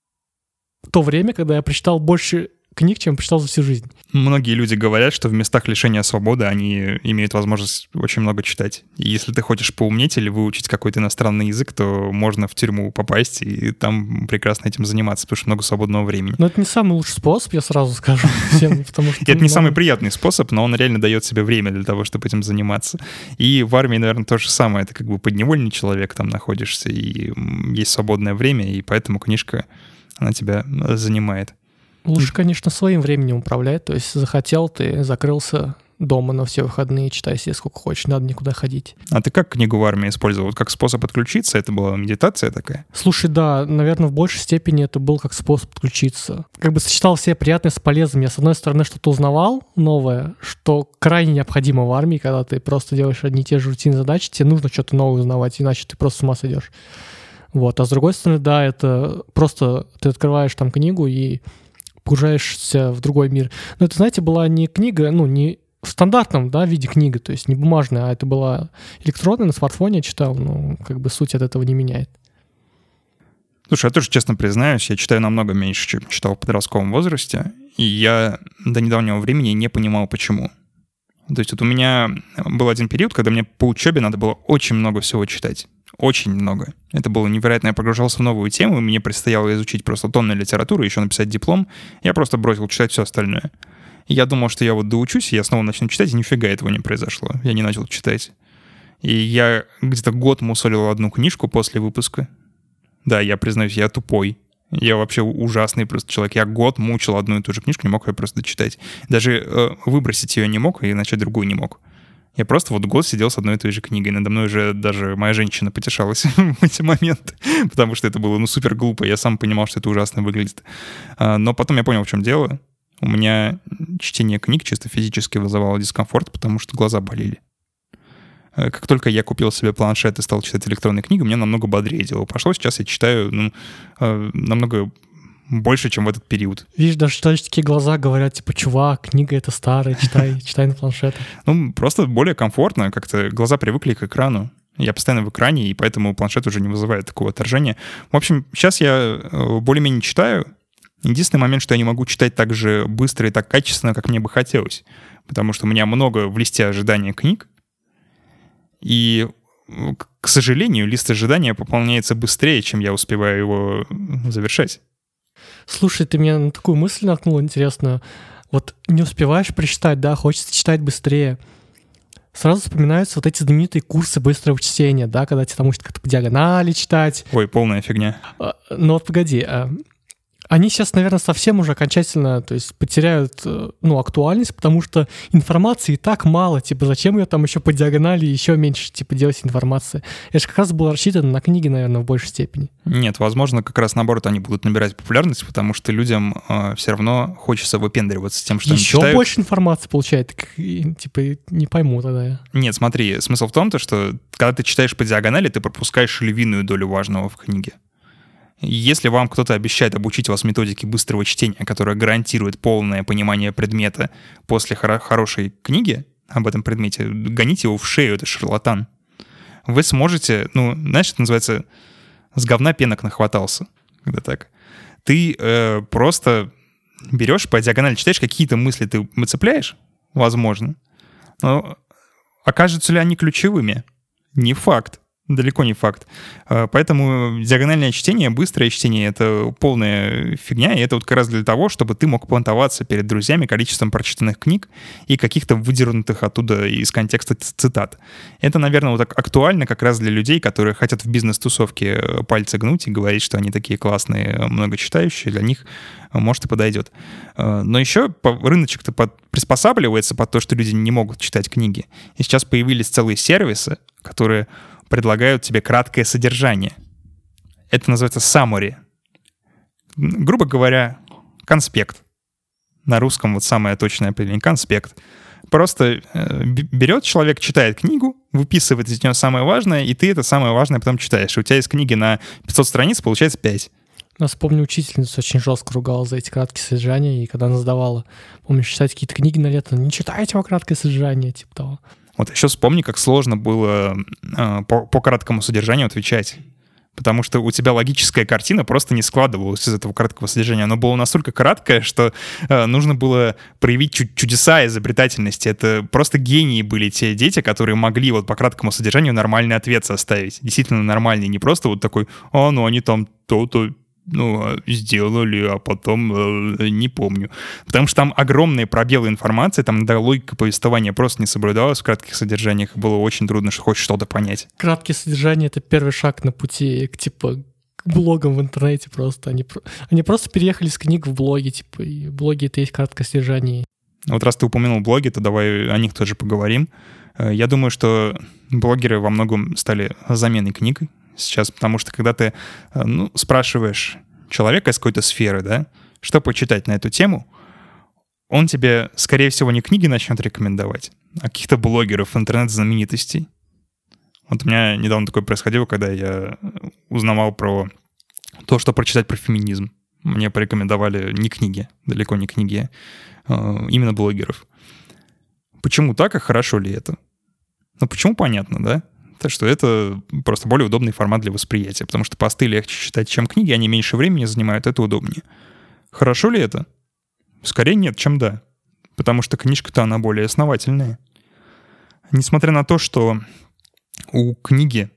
Speaker 2: то время, когда я прочитал больше книг, чем прочитал за всю жизнь.
Speaker 1: Многие люди говорят, что в местах лишения свободы они имеют возможность очень много читать. И если ты хочешь поумнеть или выучить какой-то иностранный язык, то можно в тюрьму попасть и там прекрасно этим заниматься, потому что много свободного времени.
Speaker 2: Но это не самый лучший способ, я сразу скажу всем, потому что...
Speaker 1: Это не самый приятный способ, но он реально дает себе время для того, чтобы этим заниматься. И в армии, наверное, то же самое. Ты как бы подневольный человек там находишься, и есть свободное время, и поэтому книжка, она тебя занимает.
Speaker 2: Лучше, конечно, своим временем управлять. То есть захотел, ты закрылся дома на все выходные, читай себе сколько хочешь, не надо никуда ходить.
Speaker 1: А ты как книгу в армии использовал? Вот как способ отключиться? Это была медитация такая?
Speaker 2: Слушай, да, наверное, в большей степени это был как способ отключиться. Как бы сочетал все приятное с полезным. Я, с одной стороны, что-то узнавал новое, что крайне необходимо в армии, когда ты просто делаешь одни и те же рутинные задачи, тебе нужно что-то новое узнавать, иначе ты просто с ума сойдешь. Вот. А с другой стороны, да, это просто ты открываешь там книгу и погружаешься в другой мир. Но это, знаете, была не книга, не в стандартном, да, виде книга, то есть не бумажная, а это была электронная, на смартфоне я читал, как бы суть от этого не меняет.
Speaker 1: Слушай, я тоже честно признаюсь, я читаю намного меньше, чем читал в подростковом возрасте, и я до недавнего времени не понимал, почему. То есть вот у меня был один период, когда мне по учебе надо было очень много всего читать. Очень много. Это было невероятно. Я погружался в новую тему, и мне предстояло изучить просто тонны литературы, еще написать диплом. Я просто бросил читать все остальное. И я думал, что я вот доучусь, и я снова начну читать, и нифига этого не произошло. Я не начал читать. И я где-то год мусолил одну книжку после выпуска. Да, я признаюсь, я тупой. Я вообще ужасный просто человек. Я год мучил одну и ту же книжку, не мог ее просто дочитать. Даже выбросить ее не мог, и начать другую не мог. Я просто вот год сидел с одной и той же книгой. Надо мной уже даже моя женщина потешалась в эти моменты, потому что это было супер глупо. Я сам понимал, что это ужасно выглядит. Но потом я понял, в чем дело. У меня чтение книг чисто физически вызывало дискомфорт, потому что глаза болели. Как только я купил себе планшет и стал читать электронные книги, мне намного бодрее дело пошло. Сейчас я читаю намного больше, чем в этот период.
Speaker 2: Видишь, даже человеческие глаза говорят, типа, чувак, книга это старая, читай на планшетах.
Speaker 1: Просто более комфортно, как-то глаза привыкли к экрану. Я постоянно в экране, и поэтому планшет уже не вызывает такого отторжения. В общем, сейчас я более-менее читаю. Единственный момент, что я не могу читать так же быстро и так качественно, как мне бы хотелось. Потому что у меня много в листе ожидания книг. И, к сожалению, лист ожидания пополняется быстрее, чем я успеваю его завершать.
Speaker 2: Слушай, ты меня на такую мысль наткнул интересную. Вот не успеваешь прочитать, да, хочется читать быстрее. Сразу вспоминаются вот эти знаменитые курсы быстрого чтения, да, когда тебе там учат как-то по диагонали читать.
Speaker 1: Ой, полная фигня.
Speaker 2: Но вот погоди, они сейчас, наверное, совсем уже окончательно, то есть потеряют, актуальность, потому что информации и так мало, типа, зачем ее там еще по диагонали еще меньше, типа, делать информации? Это же как раз было рассчитано на книги, наверное, в большей степени.
Speaker 1: Нет, возможно, как раз наоборот, они будут набирать популярность, потому что людям все равно хочется выпендриваться тем, что
Speaker 2: еще
Speaker 1: они читают.
Speaker 2: Еще больше информации получает, типа, не пойму тогда я.
Speaker 1: Нет, смотри, смысл в том, что когда ты читаешь по диагонали, ты пропускаешь львиную долю важного в книге. Если вам кто-то обещает обучить вас методике быстрого чтения, которая гарантирует полное понимание предмета после хорошей книги об этом предмете, гоните его в шею, это шарлатан. Вы сможете, знаешь, это называется «с говна пенок нахватался», когда так. Ты просто берешь по диагонали, читаешь, какие-то мысли ты выцепляешь, возможно, но окажутся ли они ключевыми? Не факт. Далеко не факт. Поэтому диагональное чтение, быстрое чтение — это полная фигня, и это вот как раз для того, чтобы ты мог понтоваться перед друзьями количеством прочитанных книг и каких-то выдернутых оттуда из контекста цитат. Это, наверное, вот так актуально как раз для людей, которые хотят в бизнес-тусовке пальцы гнуть и говорить, что они такие классные, многочитающие, для них, может, и подойдет. Но еще рыночек-то приспосабливается под то, что люди не могут читать книги. И сейчас появились целые сервисы, которые предлагают тебе краткое содержание. Это называется summary. Грубо говоря, конспект. На русском вот самое точное определение — конспект. Просто берет человек, читает книгу, выписывает из нее самое важное, и ты это самое важное потом читаешь. И у тебя из книги на 500 страниц получается 5.
Speaker 2: Я вспомню, учительница очень жестко ругала за эти краткие содержания, и когда она сдавала, помнишь, читать какие-то книги на лето, не читайте его краткое содержание, типа того.
Speaker 1: Вот еще вспомни, как сложно было по краткому содержанию отвечать. Потому что у тебя логическая картина просто не складывалась из этого краткого содержания. Оно было настолько краткое, что нужно было проявить чудеса изобретательности. Это просто гении были те дети, которые могли вот по краткому содержанию нормальный ответ составить. Действительно нормальный. Не просто вот такой: они там то-то сделали, а потом не помню. Потому что там огромные пробелы информации, там логика повествования просто не соблюдалась в кратких содержаниях, было очень трудно хоть что-то понять.
Speaker 2: Краткие содержания — это первый шаг на пути к блогам в интернете просто. Они просто переехали с книг в блоги, и блоги — это есть краткое содержание.
Speaker 1: Вот раз ты упомянул блоги, то давай о них тоже поговорим. Я думаю, что блогеры во многом стали заменой книг сейчас, потому что когда ты спрашиваешь человека из какой-то сферы, да, что почитать на эту тему, он тебе, скорее всего, не книги начнет рекомендовать, а каких-то блогеров, интернет-знаменитостей. Вот у меня недавно такое происходило, когда я узнавал про то, что прочитать про феминизм. Мне порекомендовали не книги, далеко не книги, именно блогеров. Почему так, и хорошо ли это? Почему, понятно, да? Так что это просто более удобный формат для восприятия, потому что посты легче читать, чем книги, они меньше времени занимают, это удобнее. Хорошо ли это? Скорее нет, чем да. Потому что книжка-то она более основательная. Несмотря на то, что у книги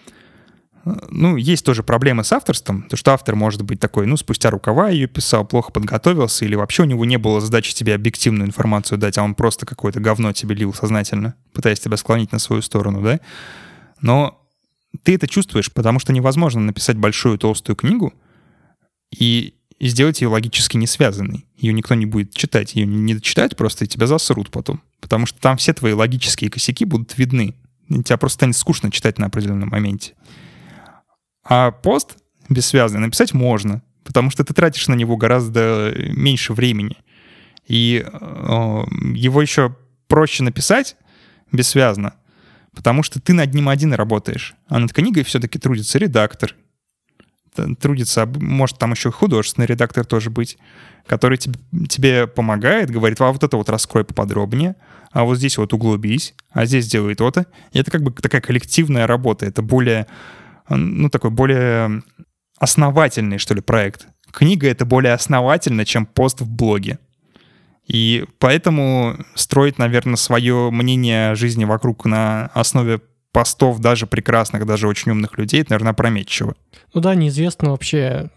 Speaker 1: есть тоже проблемы с авторством, потому что автор может быть такой, спустя рукава ее писал, плохо подготовился, или вообще у него не было задачи тебе объективную информацию дать, а он просто какое-то говно тебе лил сознательно, пытаясь тебя склонить на свою сторону, да? Но ты это чувствуешь, потому что невозможно написать большую толстую книгу и сделать ее логически не связанной. Ее никто не будет читать, ее не дочитать просто, и тебя засрут потом. Потому что там все твои логические косяки будут видны. И тебя просто станет скучно читать на определенном моменте. А пост бессвязный написать можно, потому что ты тратишь на него гораздо меньше времени. И его еще проще написать бессвязно, потому что ты над ним один работаешь. А над книгой все-таки трудится редактор. Трудится, может, там еще художественный редактор тоже быть, который тебе помогает, говорит: а вот это вот раскрой поподробнее, а вот здесь вот углубись, а здесь сделай то-то. И это как бы такая коллективная работа. Это более, такой более основательный, что ли, проект. Книга — это более основательно, чем пост в блоге. И поэтому строить, наверное, свое мнение о жизни вокруг на основе постов даже прекрасных, даже очень умных людей, это, наверное, опрометчиво.
Speaker 2: Неизвестно вообще,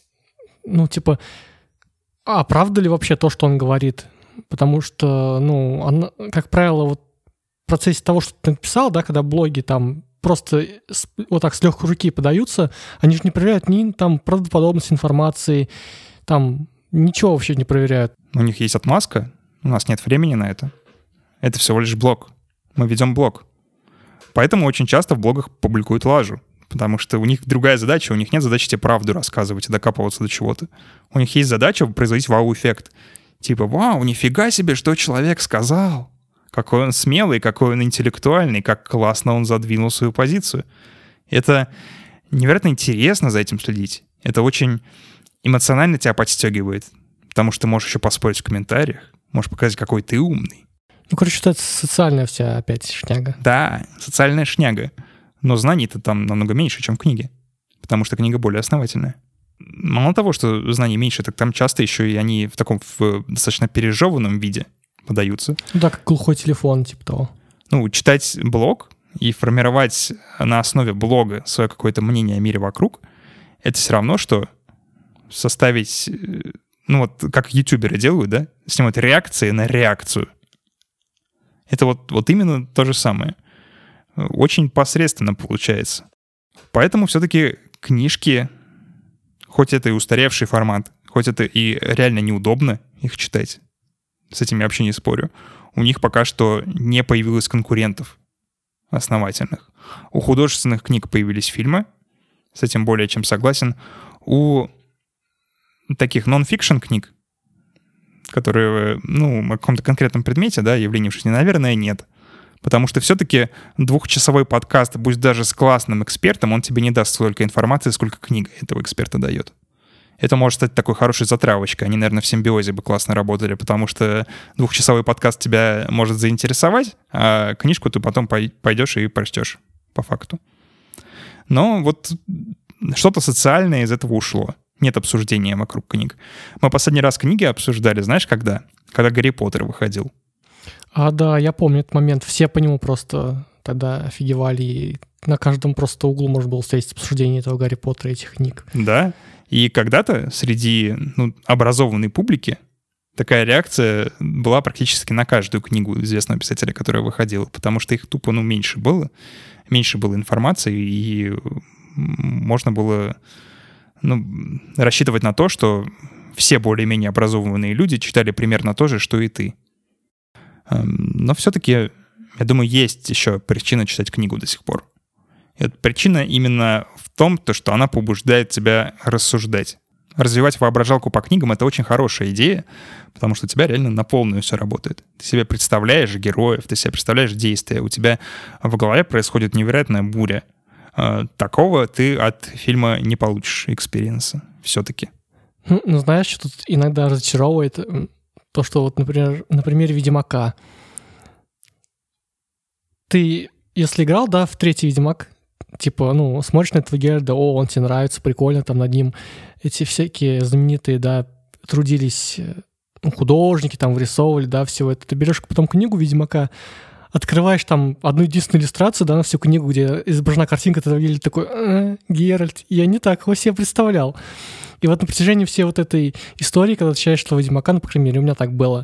Speaker 2: правда ли вообще то, что он говорит? Потому что, как правило, вот в процессе того, что ты написал, да, когда блоги там просто вот так с легкой руки подаются, они же не проверяют ни там правдоподобность информации, там ничего вообще не проверяют.
Speaker 1: У них есть отмазка, у нас нет времени на это. Это всего лишь блог. Мы ведем блог. Поэтому очень часто в блогах публикуют лажу, потому что у них другая задача, у них нет задачи тебе правду рассказывать и докапываться до чего-то. У них есть задача производить вау-эффект. Типа: вау, нифига себе, что человек сказал. Какой он смелый, какой он интеллектуальный, как классно он задвинул свою позицию. Это невероятно интересно за этим следить. Это очень эмоционально тебя подстегивает, потому что ты можешь еще поспорить в комментариях, можешь показать, какой ты умный.
Speaker 2: Ну, короче, это социальная вся опять шняга.
Speaker 1: Да, социальная шняга. Но знаний-то там намного меньше, чем в книге, потому что книга более основательная. Мало того, что знаний меньше, так там часто еще и они в таком достаточно пережеванном виде подаются.
Speaker 2: Ну да, как глухой телефон, типа того.
Speaker 1: Ну, читать блог и формировать на основе блога свое какое-то мнение о мире вокруг, это все равно, что составить, ну вот как ютуберы делают, да, снимают реакции на реакцию. Это вот именно то же самое. Очень посредственно получается. Поэтому все-таки книжки, хоть это и устаревший формат, хоть это и реально неудобно их читать, с этим я вообще не спорю, у них пока что не появилось конкурентов основательных. У художественных книг появились фильмы, с этим более чем согласен. У таких нон-фикшн книг, которые, ну, о каком-то конкретном предмете, да, явлении в жизни, наверное, нет. Потому что все-таки 2-часовой подкаст, пусть даже с классным экспертом, он тебе не даст столько информации, сколько книга этого эксперта дает. Это может стать такой хорошей затравочкой. Они, наверное, в симбиозе бы классно работали, потому что 2-часовой подкаст тебя может заинтересовать, а книжку ты потом пойдешь и прочтешь по факту. Но вот что-то социальное из этого ушло. Нет обсуждения вокруг книг. Мы последний раз книги обсуждали, знаешь, когда? Когда Гарри Поттер выходил.
Speaker 2: Да, я помню этот момент. Все по нему просто тогда офигевали. И на каждом просто углу можно было встретить обсуждение этого Гарри Поттера и этих книг.
Speaker 1: Да. И когда-то среди образованной публики такая реакция была практически на каждую книгу известного писателя, которая выходила, потому что их тупо меньше было информации, и можно было рассчитывать на то, что все более-менее образованные люди читали примерно то же, что и ты. Но все-таки, я думаю, есть еще причина читать книгу до сих пор. И эта причина именно в том, что она побуждает тебя рассуждать. Развивать воображалку по книгам — это очень хорошая идея, потому что у тебя реально на полную все работает. Ты себе представляешь героев, ты себе представляешь действия, у тебя в голове происходит невероятная буря. Такого ты от фильма не получишь экспириенса все-таки.
Speaker 2: Ну, знаешь, что тут иногда разочаровывает то, что вот, например, на примере «Ведьмака». Ты, если играл, да, в третий «Ведьмак», типа, смотришь на этого Геральда, он тебе нравится, прикольно, там над ним эти всякие знаменитые, да, трудились художники, там вырисовывали, да, всего это. Ты берешь потом книгу «Ведьмака», открываешь там одну единственную иллюстрацию, да, на всю книгу, где изображена картинка, ты видишь такой, Геральт, я не так его себе представлял. И вот на протяжении всей вот этой истории, когда ты читаешь этого «Ведьмака», ну, по крайней мере, у меня так было,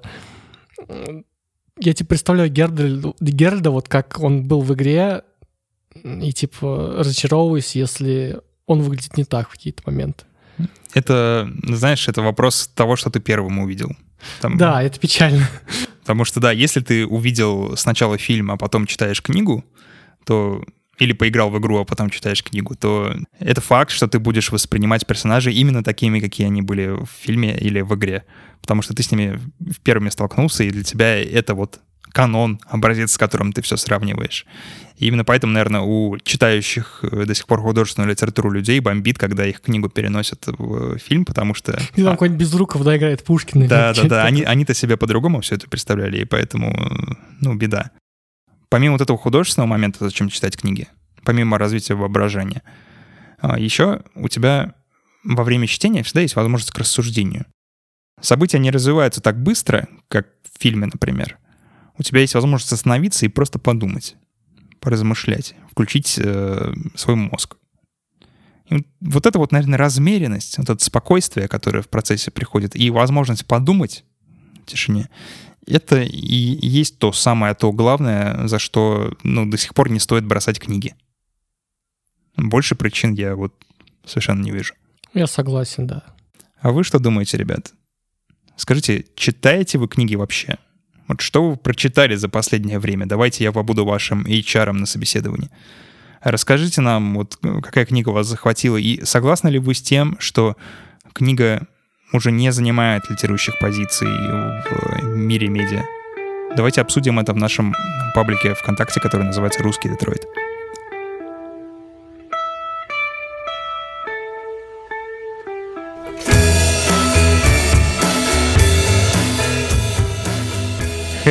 Speaker 2: я типа представляю Геральда, вот как он был в игре, и типа разочаровываюсь, если он выглядит не так в какие-то моменты.
Speaker 1: Это, знаешь, это вопрос того, что ты первым увидел.
Speaker 2: Да, это печально.
Speaker 1: Потому что, да, если ты увидел сначала фильм, а потом читаешь книгу, то или поиграл в игру, а потом читаешь книгу, то это факт, что ты будешь воспринимать персонажей именно такими, какие они были в фильме или в игре. Потому что ты с ними первыми столкнулся, и для тебя это вот канон, образец, с которым ты все сравниваешь. И именно поэтому, наверное, у читающих до сих пор художественную литературу людей бомбит, когда их книгу переносят в фильм, потому что...
Speaker 2: И там какой-нибудь Безруков, да, играет Пушкин.
Speaker 1: Да. Они-то себе по-другому все это представляли, и поэтому, беда. Помимо вот этого художественного момента, зачем читать книги, помимо развития воображения, еще у тебя во время чтения всегда есть возможность к рассуждению. События не развиваются так быстро, как в фильме, например. У тебя есть возможность остановиться и просто подумать, поразмышлять, включить свой мозг. И вот это вот, наверное, размеренность, вот это спокойствие, которое в процессе приходит, и возможность подумать в тишине, это и есть то главное, за что до сих пор не стоит бросать книги. Больше причин я вот совершенно не вижу.
Speaker 2: Я согласен, да.
Speaker 1: А вы что думаете, ребят? Скажите, читаете вы книги вообще? Вот что вы прочитали за последнее время? Давайте я побуду вашим HR на собеседовании. Расскажите нам, вот какая книга вас захватила, и согласны ли вы с тем, что книга уже не занимает лидирующих позиций в мире медиа? Давайте обсудим это в нашем паблике ВКонтакте, который называется «Русский Детройт».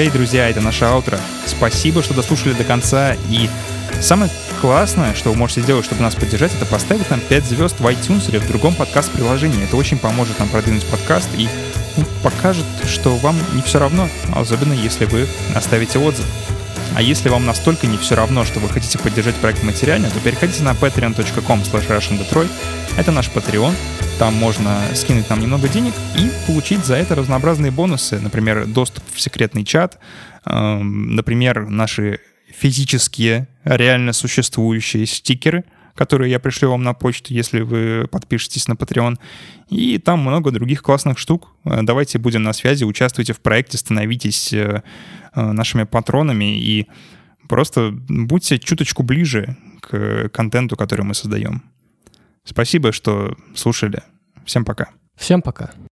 Speaker 1: Окей, друзья, это наше аутро. Спасибо, что дослушали до конца. И самое классное, что вы можете сделать, чтобы нас поддержать, это поставить нам 5 звезд в iTunes или в другом подкаст-приложении. Это очень поможет нам продвинуть подкаст и покажет, что вам не все равно, особенно если вы оставите отзыв. А если вам настолько не все равно, что вы хотите поддержать проект материально, то переходите на patreon.com/RussianDetroit. Это наш Patreon. Там можно скинуть нам немного денег и получить за это разнообразные бонусы. Например, доступ в секретный чат, например, наши физические, реально существующие стикеры, которые я пришлю вам на почту, если вы подпишетесь на Patreon. И там много других классных штук. Давайте будем на связи, участвуйте в проекте, становитесь нашими патронами и просто будьте чуточку ближе к контенту, который мы создаем. Спасибо, что слушали. Всем пока.
Speaker 2: Всем пока.